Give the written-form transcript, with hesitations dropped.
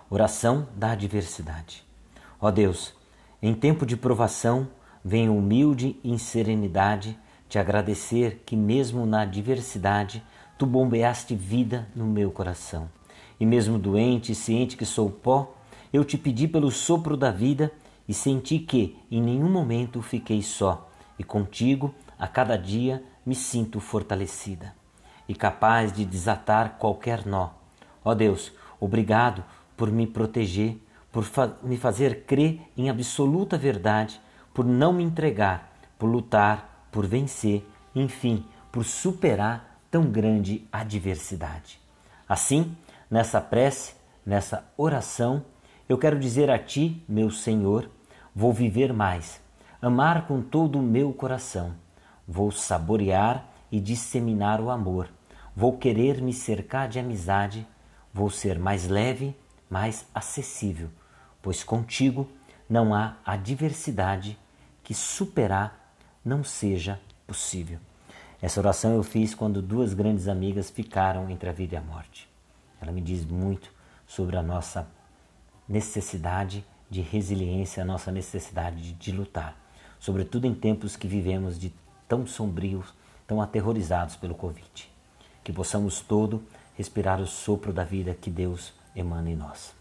Oração da adversidade. Ó Deus, em tempo de provação, venho humilde e em serenidade te agradecer que mesmo na adversidade tu bombeaste vida no meu coração. E mesmo doente e ciente que sou pó, eu te pedi pelo sopro da vida e senti que em nenhum momento fiquei só, e contigo a cada dia me sinto fortalecida e capaz de desatar qualquer nó. Ó Deus, obrigado por me proteger, por me fazer crer em absoluta verdade, por não me entregar, por lutar, por vencer, enfim, por superar tão grande adversidade. Assim, nessa prece, nessa oração, eu quero dizer a Ti, meu Senhor, vou viver mais, amar com todo o meu coração, vou saborear e disseminar o amor, vou querer me cercar de amizade, vou ser mais leve, mais acessível, pois contigo não há adversidade que superar não seja possível. Essa oração eu fiz quando duas grandes amigas ficaram entre a vida e a morte. Ela me diz muito sobre a nossa necessidade de resiliência, a nossa necessidade de lutar, sobretudo em tempos que vivemos de tão sombrios, tão aterrorizados pelo Covid. Que possamos todo respirar o sopro da vida que Deus emana em nós.